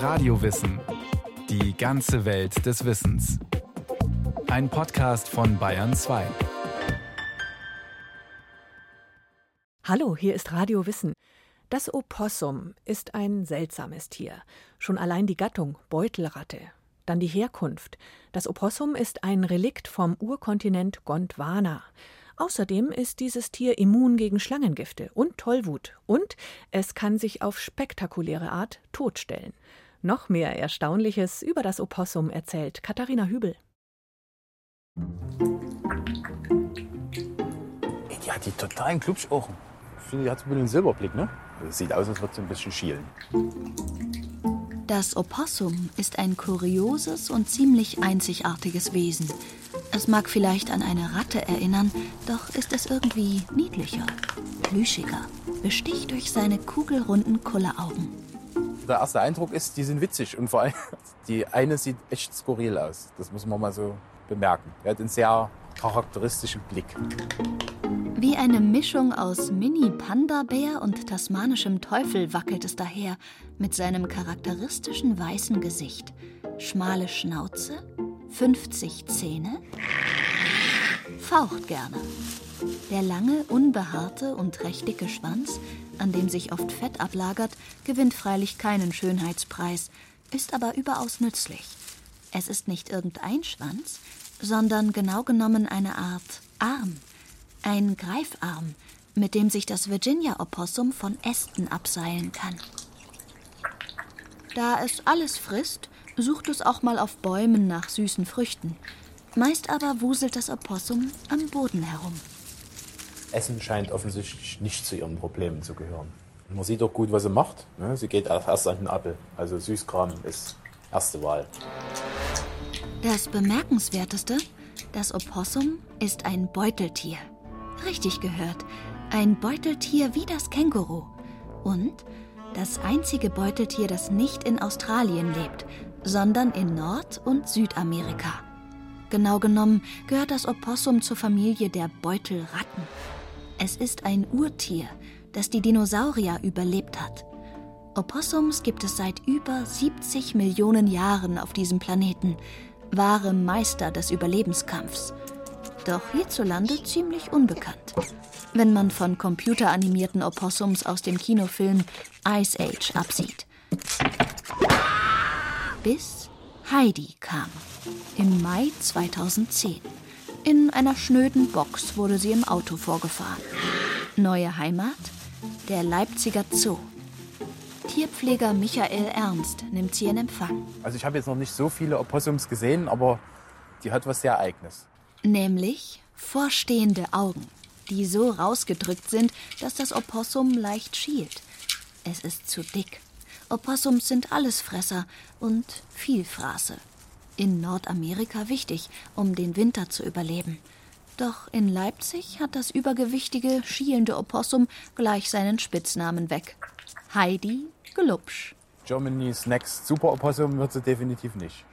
Radiowissen. Die ganze Welt des Wissens. Ein Podcast von Bayern 2. Hallo, hier ist Radio Wissen. Das Opossum ist ein seltsames Tier. Schon allein die Gattung Beutelratte. Dann die Herkunft. Das Opossum ist ein Relikt vom Urkontinent Gondwana. Außerdem ist dieses Tier immun gegen Schlangengifte und Tollwut. Und es kann sich auf spektakuläre Art totstellen. Noch mehr Erstaunliches über das Opossum erzählt Katharina Hübel. Die hat die totalen Klubschaugen. Ich finde, die hat so ein bisschen einen Silberblick, ne? Das sieht aus, als würde sie ein bisschen schielen. Das Opossum ist ein kurioses und ziemlich einzigartiges Wesen. Es mag vielleicht an eine Ratte erinnern, doch ist es irgendwie niedlicher, plüschiger, besticht durch seine kugelrunden Kulleraugen. Der erste Eindruck ist, die sind witzig und vor allem die eine sieht echt skurril aus. Das muss man mal so bemerken. Er hat einen sehr charakteristischen Blick. Wie eine Mischung aus Mini-Panda-Bär und tasmanischem Teufel wackelt es daher mit seinem charakteristischen weißen Gesicht. Schmale Schnauze, 50 Zähne, faucht gerne. Der lange, unbehaarte und recht dicke Schwanz, an dem sich oft Fett ablagert, gewinnt freilich keinen Schönheitspreis, ist aber überaus nützlich. Es ist nicht irgendein Schwanz, sondern genau genommen eine Art Arm. Ein Greifarm, mit dem sich das Virginia-Opossum von Ästen abseilen kann. Da es alles frisst, sucht es auch mal auf Bäumen nach süßen Früchten. Meist aber wuselt das Opossum am Boden herum. Essen scheint offensichtlich nicht zu ihren Problemen zu gehören. Man sieht auch gut, was sie macht. Sie geht erst an den Apfel. Also Süßkram ist erste Wahl. Das Bemerkenswerteste: Das Opossum ist ein Beuteltier. Richtig gehört, ein Beuteltier wie das Känguru. Und das einzige Beuteltier, das nicht in Australien lebt, sondern in Nord- und Südamerika. Genau genommen gehört das Opossum zur Familie der Beutelratten. Es ist ein Urtier, das die Dinosaurier überlebt hat. Opossums gibt es seit über 70 Millionen Jahren auf diesem Planeten, wahre Meister des Überlebenskampfs. Doch hierzulande ziemlich unbekannt, wenn man von computeranimierten Opossums aus dem Kinofilm Ice Age absieht. Bis Heidi kam, im Mai 2010. In einer schnöden Box wurde sie im Auto vorgefahren. Neue Heimat? Der Leipziger Zoo. Tierpfleger Michael Ernst nimmt sie in Empfang. Also ich habe jetzt noch nicht so viele Opossums gesehen, aber die hat was sehr Eigenes. Nämlich vorstehende Augen, die so rausgedrückt sind, dass das Opossum leicht schielt. Es ist zu dick. Opossums sind Allesfresser und Vielfraße. In Nordamerika wichtig, um den Winter zu überleben. Doch in Leipzig hat das übergewichtige, schielende Opossum gleich seinen Spitznamen weg. Heidi Glubsch. Germany's Next Super Opossum wird sie definitiv nicht.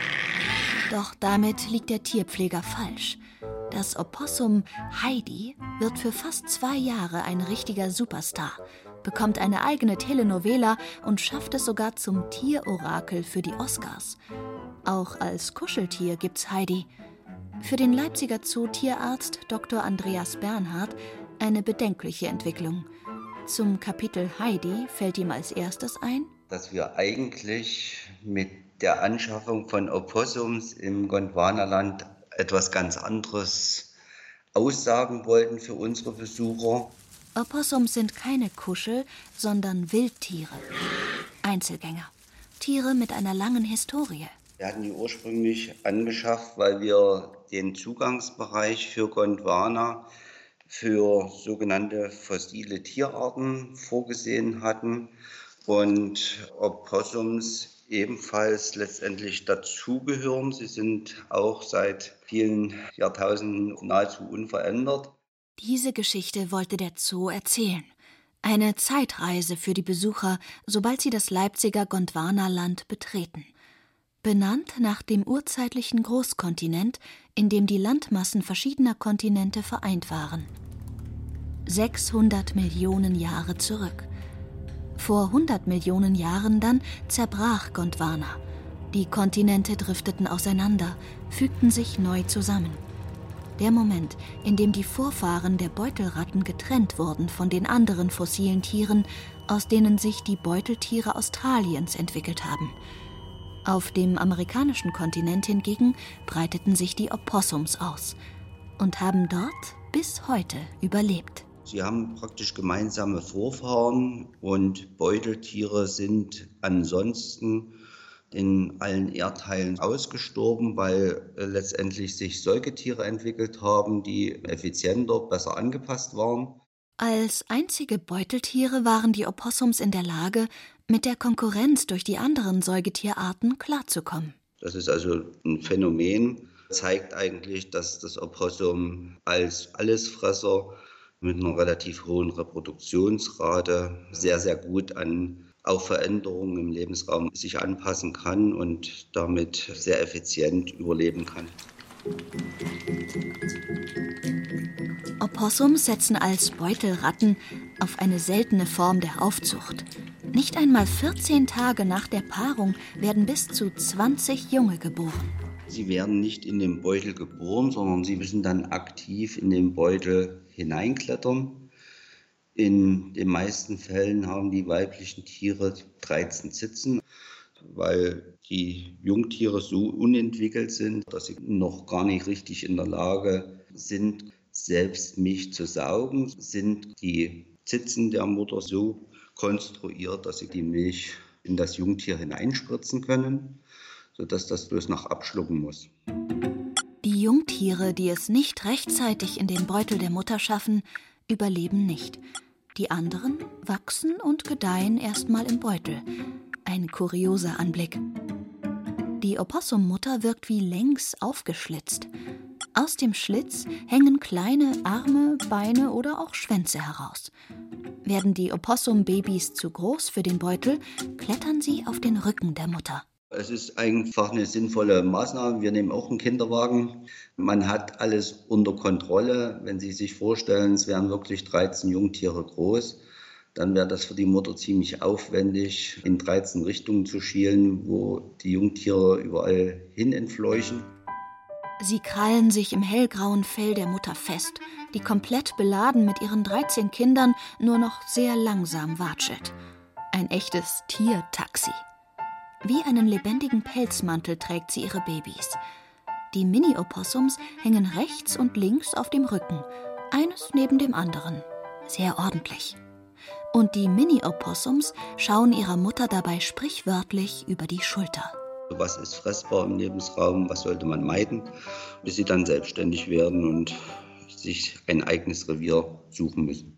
Doch damit liegt der Tierpfleger falsch. Das Opossum Heidi wird für fast 2 Jahre ein richtiger Superstar, bekommt eine eigene Telenovela und schafft es sogar zum Tierorakel für die Oscars. Auch als Kuscheltier gibt's Heidi. Für den Leipziger Zootierarzt Dr. Andreas Bernhard eine bedenkliche Entwicklung. Zum Kapitel Heidi fällt ihm als erstes ein, dass wir eigentlich mit der Anschaffung von Opossums im Gondwanaland etwas ganz anderes aussagen wollten für unsere Besucher. Opossums sind keine Kuschel, sondern Wildtiere. Einzelgänger. Tiere mit einer langen Historie. Wir hatten die ursprünglich angeschafft, weil wir den Zugangsbereich für Gondwana für sogenannte fossile Tierarten vorgesehen hatten und Opossums ebenfalls letztendlich dazugehören. Sie sind auch seit vielen Jahrtausenden nahezu unverändert. Diese Geschichte wollte der Zoo erzählen. Eine Zeitreise für die Besucher, sobald sie das Leipziger Gondwanaland betreten. Benannt nach dem urzeitlichen Großkontinent, in dem die Landmassen verschiedener Kontinente vereint waren. 600 Millionen Jahre zurück. Vor 100 Millionen Jahren dann zerbrach Gondwana. Die Kontinente drifteten auseinander, fügten sich neu zusammen. Der Moment, in dem die Vorfahren der Beutelratten getrennt wurden von den anderen fossilen Tieren, aus denen sich die Beuteltiere Australiens entwickelt haben. Auf dem amerikanischen Kontinent hingegen breiteten sich die Opossums aus und haben dort bis heute überlebt. Sie haben praktisch gemeinsame Vorfahren und Beuteltiere sind ansonsten in allen Erdteilen ausgestorben, weil letztendlich sich Säugetiere entwickelt haben, die effizienter, besser angepasst waren. Als einzige Beuteltiere waren die Opossums in der Lage, mit der Konkurrenz durch die anderen Säugetierarten klarzukommen. Das ist also ein Phänomen, zeigt eigentlich, dass das Opossum als Allesfresser mit einer relativ hohen Reproduktionsrate sehr, sehr gut an auch Veränderungen im Lebensraum sich anpassen kann und damit sehr effizient überleben kann. Opossums setzen als Beutelratten auf eine seltene Form der Aufzucht. Nicht einmal 14 Tage nach der Paarung werden bis zu 20 Junge geboren. Sie werden nicht in den Beutel geboren, sondern sie müssen dann aktiv in den Beutel hineinklettern. In den meisten Fällen haben die weiblichen Tiere 13 Zitzen, weil die Jungtiere so unentwickelt sind, dass sie noch gar nicht richtig in der Lage sind, selbst Milch zu saugen. Sind die Zitzen der Mutter so konstruiert, dass sie die Milch in das Jungtier hineinspritzen können, sodass das bloß noch abschlucken muss. Die Jungtiere, die es nicht rechtzeitig in den Beutel der Mutter schaffen, überleben nicht. Die anderen wachsen und gedeihen erstmal im Beutel. Ein kurioser Anblick. Die Opossummutter wirkt wie längs aufgeschlitzt. Aus dem Schlitz hängen kleine Arme, Beine oder auch Schwänze heraus. Werden die Opossum-Babys zu groß für den Beutel, klettern sie auf den Rücken der Mutter. Es ist einfach eine sinnvolle Maßnahme. Wir nehmen auch einen Kinderwagen. Man hat alles unter Kontrolle. Wenn Sie sich vorstellen, es wären wirklich 13 Jungtiere groß, dann wäre das für die Mutter ziemlich aufwendig, in 13 Richtungen zu schielen, wo die Jungtiere überall hin entfleuchen. Sie krallen sich im hellgrauen Fell der Mutter fest, die komplett beladen mit ihren 13 Kindern nur noch sehr langsam watschelt. Ein echtes Tiertaxi. Wie einen lebendigen Pelzmantel trägt sie ihre Babys. Die Mini-Opossums hängen rechts und links auf dem Rücken, eines neben dem anderen. Sehr ordentlich. Und die Mini-Opossums schauen ihrer Mutter dabei sprichwörtlich über die Schulter. Was ist fressbar im Lebensraum, was sollte man meiden, bis sie dann selbstständig werden und sich ein eigenes Revier suchen müssen.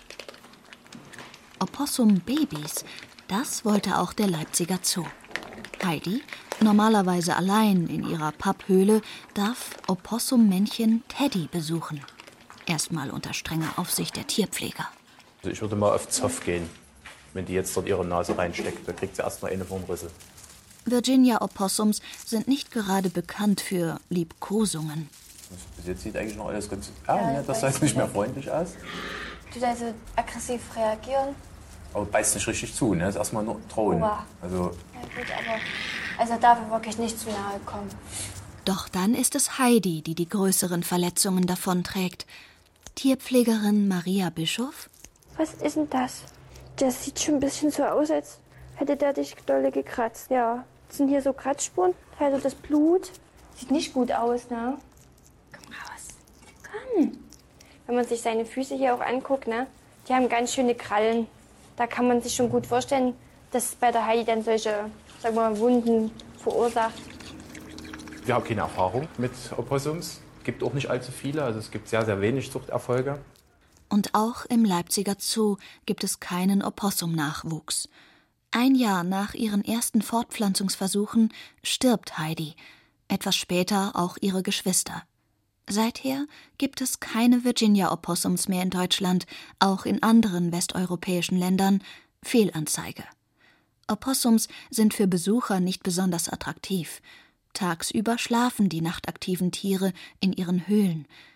Opossum-Babys, das wollte auch der Leipziger Zoo. Heidi, normalerweise allein in ihrer Papphöhle, darf Opossum-Männchen Teddy besuchen. Erstmal unter strenger Aufsicht der Tierpfleger. Also ich würde mal auf Zoff gehen, wenn die jetzt dort ihre Nase reinsteckt. Da kriegt sie erstmal eine vom Rüssel. Virginia-Opossums sind nicht gerade bekannt für Liebkosungen. Bis jetzt sieht eigentlich noch alles ganz... das sah jetzt nicht mehr freundlich aus. Du da so aggressiv reagieren. Aber beißt nicht richtig zu, ne? Das ist erstmal nur drohen. Also Ja gut, aber also darf er wirklich nicht zu nahe kommen. Doch dann ist es Heidi, die die größeren Verletzungen davonträgt. Tierpflegerin Maria Bischof. Was ist denn das? Das sieht schon ein bisschen so aus, als hätte der dich dolle gekratzt. Ja, das sind hier so Kratzspuren, also das Blut. Sieht nicht gut aus, ne? Komm raus. Komm. Wenn man sich seine Füße hier auch anguckt, ne? Die haben ganz schöne Krallen. Da kann man sich schon gut vorstellen, dass bei der Heidi dann solche, sagen wir mal, Wunden verursacht. wir haben keine Erfahrung mit Opossums. Gibt auch nicht allzu viele, also es gibt sehr, sehr wenig Zuchterfolge. Und auch im Leipziger Zoo gibt es keinen Opossum-Nachwuchs. Ein Jahr nach ihren ersten Fortpflanzungsversuchen stirbt Heidi, etwas später auch ihre Geschwister. Seither gibt es keine Virginia-Opossums mehr in Deutschland, auch in anderen westeuropäischen Ländern. Fehlanzeige. Opossums sind für Besucher nicht besonders attraktiv. Tagsüber schlafen die nachtaktiven Tiere in ihren Höhlen.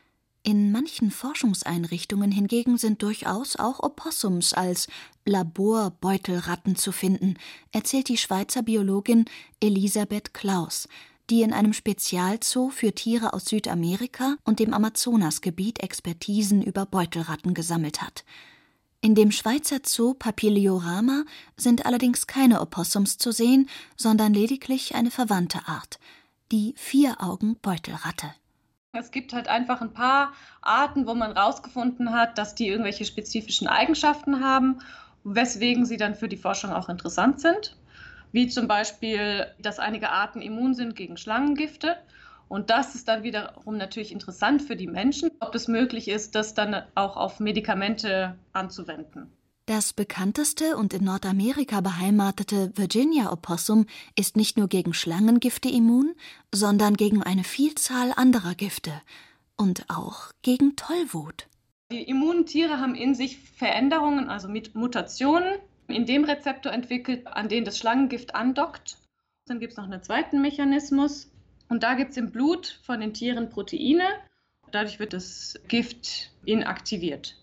In manchen Forschungseinrichtungen hingegen sind durchaus auch Opossums als Laborbeutelratten zu finden, erzählt die Schweizer Biologin Elisabeth Klaus, die in einem Spezialzoo für Tiere aus Südamerika und dem Amazonasgebiet Expertisen über Beutelratten gesammelt hat. In dem Schweizer Zoo Papiliorama sind allerdings keine Opossums zu sehen, sondern lediglich eine verwandte Art, die Vieraugen-Beutelratte. Es gibt halt einfach ein paar Arten, wo man herausgefunden hat, dass die irgendwelche spezifischen Eigenschaften haben, weswegen sie dann für die Forschung auch interessant sind. Wie zum Beispiel, dass einige Arten immun sind gegen Schlangengifte. Und das ist dann wiederum natürlich interessant für die Menschen, ob es möglich ist, das dann auch auf Medikamente anzuwenden. Das bekannteste und in Nordamerika beheimatete Virginia-Opossum ist nicht nur gegen Schlangengifte immun, sondern gegen eine Vielzahl anderer Gifte und auch gegen Tollwut. Die immunen Tiere haben in sich Veränderungen, also mit Mutationen, in dem Rezeptor entwickelt, an den das Schlangengift andockt. Dann gibt es noch einen zweiten Mechanismus. Und da gibt es im Blut von den Tieren Proteine. Dadurch wird das Gift inaktiviert.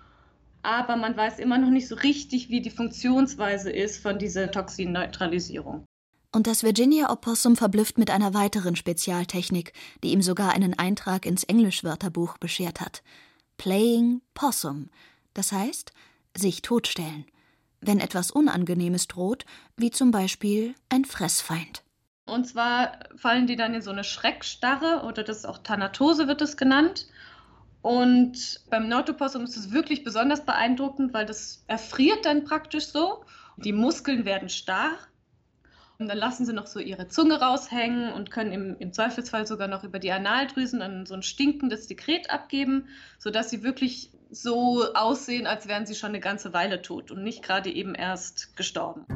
Aber man weiß immer noch nicht so richtig, wie die Funktionsweise ist von dieser Toxinneutralisierung. Und das Virginia-Opossum verblüfft mit einer weiteren Spezialtechnik, die ihm sogar einen Eintrag ins Englischwörterbuch beschert hat. Playing Possum. Das heißt, sich totstellen. Wenn etwas Unangenehmes droht, wie zum Beispiel ein Fressfeind. Und zwar fallen die dann in so eine Schreckstarre, oder das ist auch Thanatose wird es genannt. Und beim Nord-Opossum ist es wirklich besonders beeindruckend, weil das erfriert dann praktisch so. Die Muskeln werden starr. Und dann lassen sie noch so ihre Zunge raushängen und können im Zweifelsfall sogar noch über die Analdrüsen dann so ein stinkendes Sekret abgeben, sodass sie wirklich so aussehen, als wären sie schon eine ganze Weile tot und nicht gerade eben erst gestorben.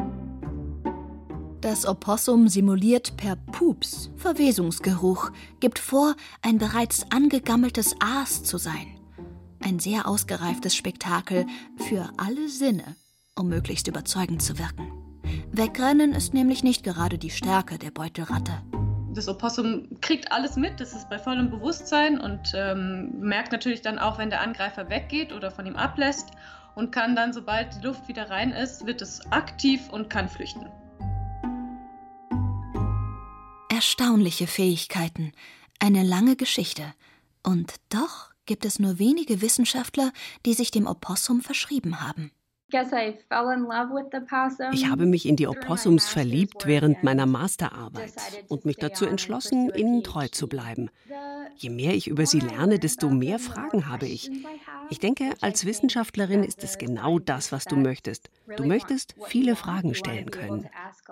Das Opossum simuliert per Pups Verwesungsgeruch, gibt vor, ein bereits angegammeltes Aas zu sein. Ein sehr ausgereiftes Spektakel für alle Sinne, um möglichst überzeugend zu wirken. Wegrennen ist nämlich nicht gerade die Stärke der Beutelratte. Das Opossum kriegt alles mit, das ist bei vollem Bewusstsein und merkt natürlich dann auch, wenn der Angreifer weggeht oder von ihm ablässt und kann dann, sobald die Luft wieder rein ist, wird es aktiv und kann flüchten. Erstaunliche Fähigkeiten, eine lange Geschichte. Und doch gibt es nur wenige Wissenschaftler, die sich dem Opossum verschrieben haben. Ich habe mich in die Opossums verliebt während meiner Masterarbeit und mich dazu entschlossen, ihnen treu zu bleiben. Je mehr ich über sie lerne, desto mehr Fragen habe ich. Ich denke, als Wissenschaftlerin ist es genau das, was du möchtest. Du möchtest viele Fragen stellen können.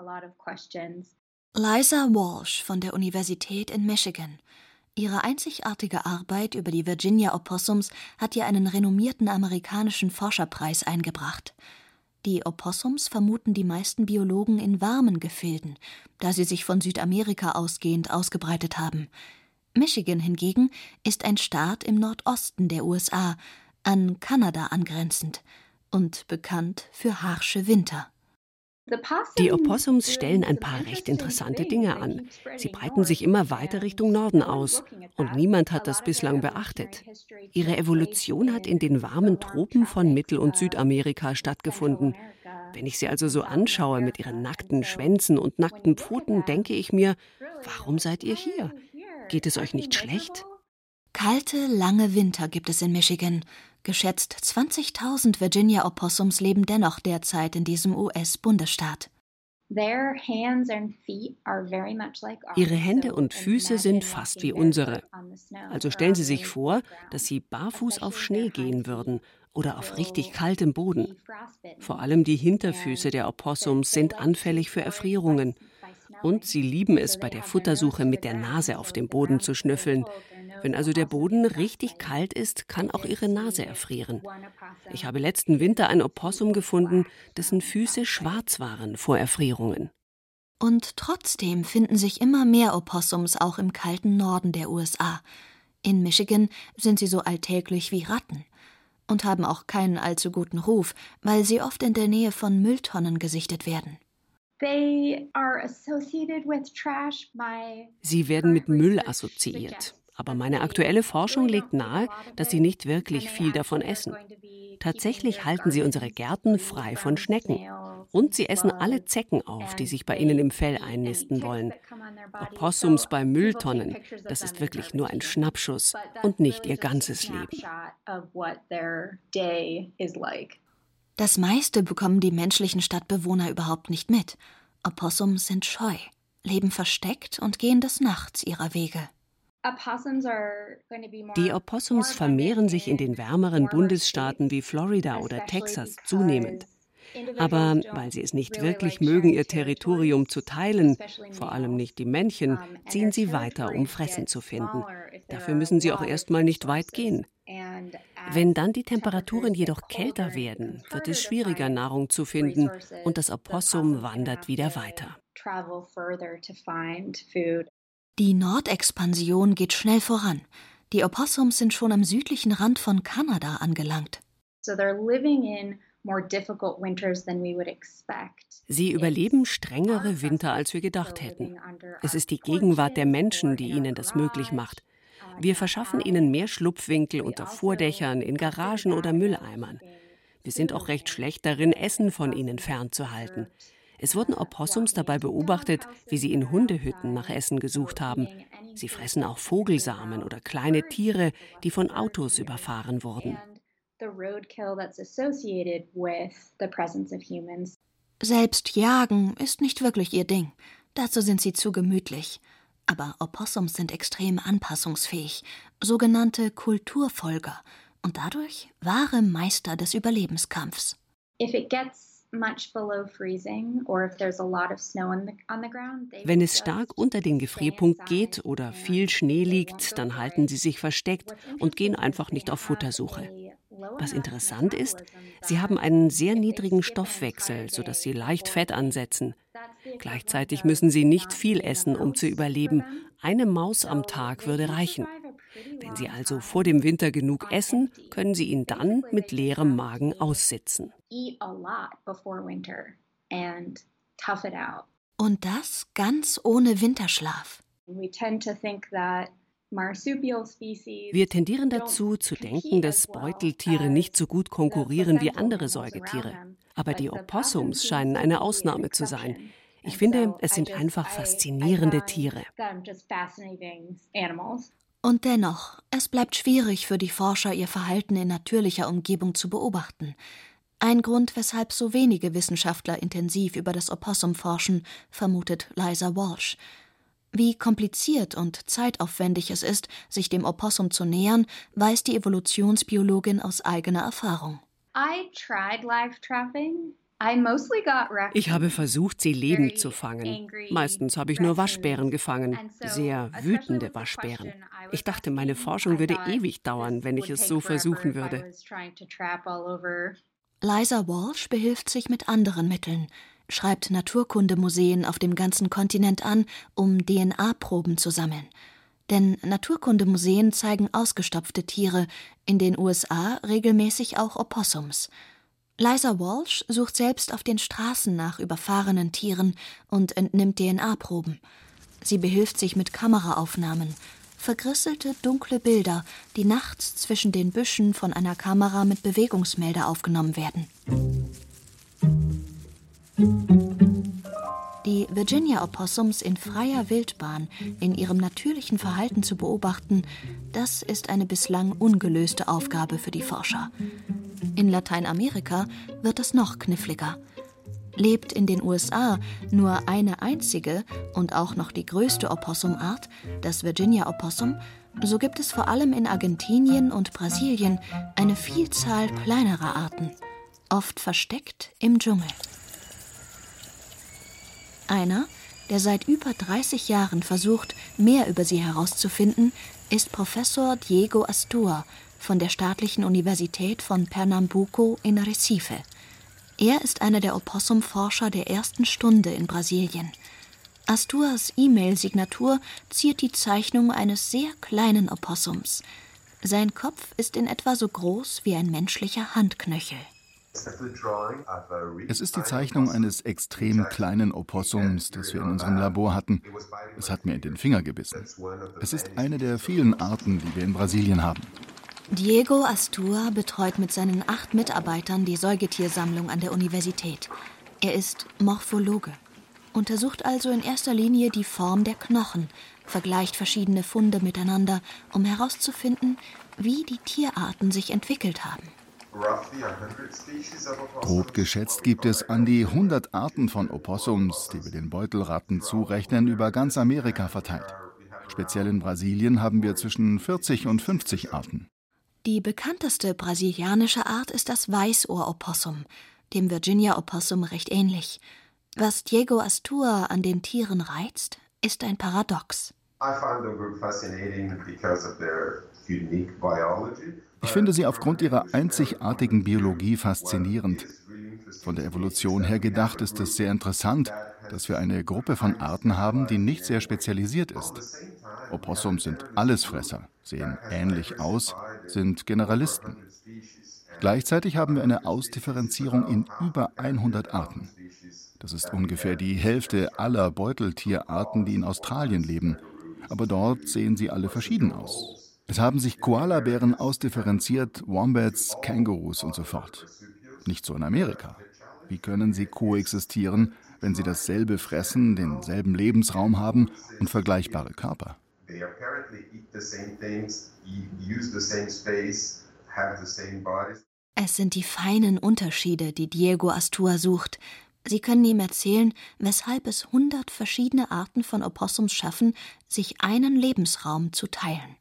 Liza Walsh von der Universität in Michigan. Ihre einzigartige Arbeit über die Virginia-Opossums hat ihr einen renommierten amerikanischen Forscherpreis eingebracht. Die Opossums vermuten die meisten Biologen in warmen Gefilden, da sie sich von Südamerika ausgehend ausgebreitet haben. Michigan hingegen ist ein Staat im Nordosten der USA, an Kanada angrenzend und bekannt für harsche Winter. Die Opossums stellen ein paar recht interessante Dinge an. Sie breiten sich immer weiter Richtung Norden aus und niemand hat das bislang beachtet. Ihre Evolution hat in den warmen Tropen von Mittel- und Südamerika stattgefunden. Wenn ich sie also so anschaue mit ihren nackten Schwänzen und nackten Pfoten, denke ich mir, warum seid ihr hier? Geht es euch nicht schlecht? Kalte, lange Winter gibt es in Michigan. Geschätzt 20.000 Virginia-Opossums leben dennoch derzeit in diesem US-Bundesstaat. Ihre Hände und Füße sind fast wie unsere. Also stellen Sie sich vor, dass Sie barfuß auf Schnee gehen würden oder auf richtig kaltem Boden. Vor allem die Hinterfüße der Opossums sind anfällig für Erfrierungen. Und sie lieben es, bei der Futtersuche mit der Nase auf dem Boden zu schnüffeln. Wenn also der Boden richtig kalt ist, kann auch ihre Nase erfrieren. Ich habe letzten Winter ein Opossum gefunden, dessen Füße schwarz waren vor Erfrierungen. Und trotzdem finden sich immer mehr Opossums auch im kalten Norden der USA. In Michigan sind sie so alltäglich wie Ratten und haben auch keinen allzu guten Ruf, weil sie oft in der Nähe von Mülltonnen gesichtet werden. Sie werden mit Müll assoziiert. Aber meine aktuelle Forschung legt nahe, dass sie nicht wirklich viel davon essen. Tatsächlich halten sie unsere Gärten frei von Schnecken. Und sie essen alle Zecken auf, die sich bei ihnen im Fell einnisten wollen. Opossums bei Mülltonnen, das ist wirklich nur ein Schnappschuss und nicht ihr ganzes Leben. Das meiste bekommen die menschlichen Stadtbewohner überhaupt nicht mit. Opossums sind scheu, leben versteckt und gehen des Nachts ihrer Wege. Die Opossums vermehren sich in den wärmeren Bundesstaaten wie Florida oder Texas zunehmend. Aber weil sie es nicht wirklich mögen, ihr Territorium zu teilen, vor allem nicht die Männchen, ziehen sie weiter, um Fressen zu finden. Dafür müssen sie auch erstmal nicht weit gehen. Wenn dann die Temperaturen jedoch kälter werden, wird es schwieriger, Nahrung zu finden und das Opossum wandert wieder weiter. Die Nordexpansion geht schnell voran. Die Opossums sind schon am südlichen Rand von Kanada angelangt. Sie überleben strengere Winter, als wir gedacht hätten. Es ist die Gegenwart der Menschen, die ihnen das möglich macht. Wir verschaffen ihnen mehr Schlupfwinkel unter Vordächern, in Garagen oder Mülleimern. Wir sind auch recht schlecht darin, Essen von ihnen fernzuhalten. Es wurden Opossums dabei beobachtet, wie sie in Hundehütten nach Essen gesucht haben. Sie fressen auch Vogelsamen oder kleine Tiere, die von Autos überfahren wurden. Selbst jagen ist nicht wirklich ihr Ding. Dazu sind sie zu gemütlich. Aber Opossums sind extrem anpassungsfähig, sogenannte Kulturfolger und dadurch wahre Meister des Überlebenskampfs. Wenn es stark unter den Gefrierpunkt geht oder viel Schnee liegt, dann halten sie sich versteckt und gehen einfach nicht auf Futtersuche. Was interessant ist, sie haben einen sehr niedrigen Stoffwechsel, sodass sie leicht Fett ansetzen. Gleichzeitig müssen sie nicht viel essen, um zu überleben. Eine Maus am Tag würde reichen. Wenn sie also vor dem Winter genug essen, können sie ihn dann mit leerem Magen aussitzen. Und das ganz ohne Winterschlaf. Wir tendieren dazu, zu denken, dass Beuteltiere nicht so gut konkurrieren wie andere Säugetiere. Aber die Opossums scheinen eine Ausnahme zu sein. Ich finde, es sind einfach faszinierende Tiere. Und dennoch, es bleibt schwierig für die Forscher, ihr Verhalten in natürlicher Umgebung zu beobachten. Ein Grund, weshalb so wenige Wissenschaftler intensiv über das Opossum forschen, vermutet Liza Walsh. Wie kompliziert und zeitaufwendig es ist, sich dem Opossum zu nähern, weiß die Evolutionsbiologin aus eigener Erfahrung. Ich habe versucht, sie lebend zu fangen. Meistens habe ich nur Waschbären gefangen, sehr wütende Waschbären. Ich dachte, meine Forschung würde ewig dauern, wenn ich es so versuchen würde. Liza Walsh behilft sich mit anderen Mitteln, schreibt Naturkundemuseen auf dem ganzen Kontinent an, um DNA-Proben zu sammeln. Denn Naturkundemuseen zeigen ausgestopfte Tiere, in den USA regelmäßig auch Opossums. Liza Walsh sucht selbst auf den Straßen nach überfahrenen Tieren und entnimmt DNA-Proben. Sie behilft sich mit Kameraaufnahmen, vergrisselte, dunkle Bilder, die nachts zwischen den Büschen von einer Kamera mit Bewegungsmelder aufgenommen werden. Die Virginia-Opossums in freier Wildbahn in ihrem natürlichen Verhalten zu beobachten, das ist eine bislang ungelöste Aufgabe für die Forscher. In Lateinamerika wird es noch kniffliger. Lebt in den USA nur eine einzige und auch noch die größte Opossumart, das Virginia-Opossum, so gibt es vor allem in Argentinien und Brasilien eine Vielzahl kleinerer Arten, oft versteckt im Dschungel. Einer, der seit über 30 Jahren versucht, mehr über sie herauszufinden, ist Professor Diego Astur von der Staatlichen Universität von Pernambuco in Recife. Er ist einer der Opossum-Forscher der ersten Stunde in Brasilien. Asturs E-Mail-Signatur ziert die Zeichnung eines sehr kleinen Opossums. Sein Kopf ist in etwa so groß wie ein menschlicher Handknöchel. Es ist die Zeichnung eines extrem kleinen Opossums, das wir in unserem Labor hatten. Es hat mir in den Finger gebissen. Es ist eine der vielen Arten, die wir in Brasilien haben. Diego Astur betreut mit seinen 8 Mitarbeitern die Säugetiersammlung an der Universität. Er ist Morphologe, untersucht also in erster Linie die Form der Knochen, vergleicht verschiedene Funde miteinander, um herauszufinden, wie die Tierarten sich entwickelt haben. Grob geschätzt gibt es an die 100 Arten von Opossums, die wir den Beutelratten zurechnen, über ganz Amerika verteilt. Speziell in Brasilien haben wir zwischen 40 und 50 Arten. Die bekannteste brasilianische Art ist das Weißohropossum, dem Virginia-Opossum recht ähnlich. Was Diego Astur an den Tieren reizt, ist ein Paradox. Ich finde sie aufgrund ihrer einzigartigen Biologie faszinierend. Von der Evolution her gedacht ist es sehr interessant, dass wir eine Gruppe von Arten haben, die nicht sehr spezialisiert ist. Opossums sind Allesfresser, sehen ähnlich aus, sind Generalisten. Gleichzeitig haben wir eine Ausdifferenzierung in über 100 Arten. Das ist ungefähr die Hälfte aller Beuteltierarten, die in Australien leben. Aber dort sehen sie alle verschieden aus. Es haben sich Koalabären ausdifferenziert, Wombats, Kängurus und so fort. Nicht so in Amerika. Wie können sie koexistieren, wenn sie dasselbe fressen, denselben Lebensraum haben und vergleichbare Körper? Es sind die feinen Unterschiede, die Diego Astur sucht. Sie können ihm erzählen, weshalb es 100 verschiedene Arten von Opossums schaffen, sich einen Lebensraum zu teilen.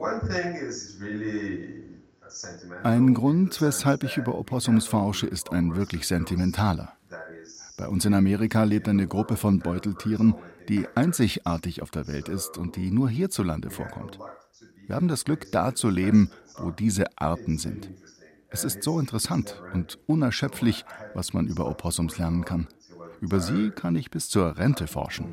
Ein Grund, weshalb ich über Opossums forsche, ist ein wirklich sentimentaler. Bei uns in Amerika lebt eine Gruppe von Beuteltieren, die einzigartig auf der Welt ist und die nur hierzulande vorkommt. Wir haben das Glück, da zu leben, wo diese Arten sind. Es ist so interessant und unerschöpflich, was man über Opossums lernen kann. Über sie kann ich bis zur Rente forschen.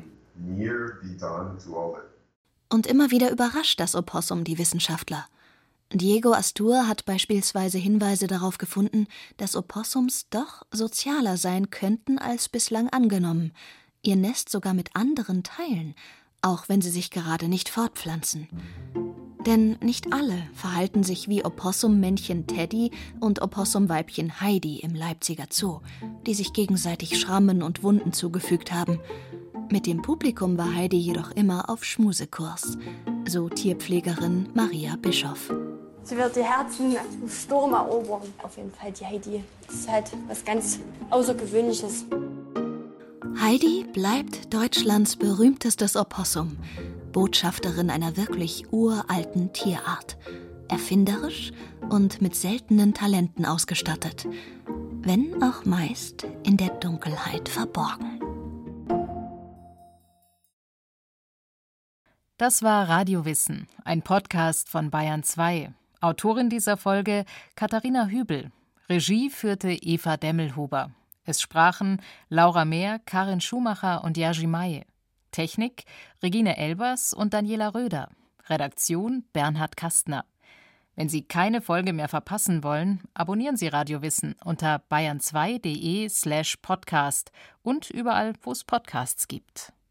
Und immer wieder überrascht das Opossum die Wissenschaftler. Diego Astur hat beispielsweise Hinweise darauf gefunden, dass Opossums doch sozialer sein könnten als bislang angenommen, ihr Nest sogar mit anderen teilen, auch wenn sie sich gerade nicht fortpflanzen. Denn nicht alle verhalten sich wie Opossum-Männchen Teddy und Opossum-Weibchen Heidi im Leipziger Zoo, die sich gegenseitig Schrammen und Wunden zugefügt haben. Mit dem Publikum war Heidi jedoch immer auf Schmusekurs, so Tierpflegerin Maria Bischoff. Sie wird die Herzen im Sturm erobern, auf jeden Fall die Heidi. Das ist halt was ganz Außergewöhnliches. Heidi bleibt Deutschlands berühmtestes Opossum, Botschafterin einer wirklich uralten Tierart, erfinderisch und mit seltenen Talenten ausgestattet, wenn auch meist in der Dunkelheit verborgen. Das war Radio Wissen, ein Podcast von Bayern 2. Autorin dieser Folge Katharina Hübel. Regie führte Eva Demmelhuber. Es sprachen Laura Mehr, Karin Schumacher und Jerzy Maye. Technik Regine Elbers und Daniela Röder. Redaktion Bernhard Kastner. Wenn Sie keine Folge mehr verpassen wollen, abonnieren Sie Radio Wissen unter bayern2.de/podcast und überall, wo es Podcasts gibt.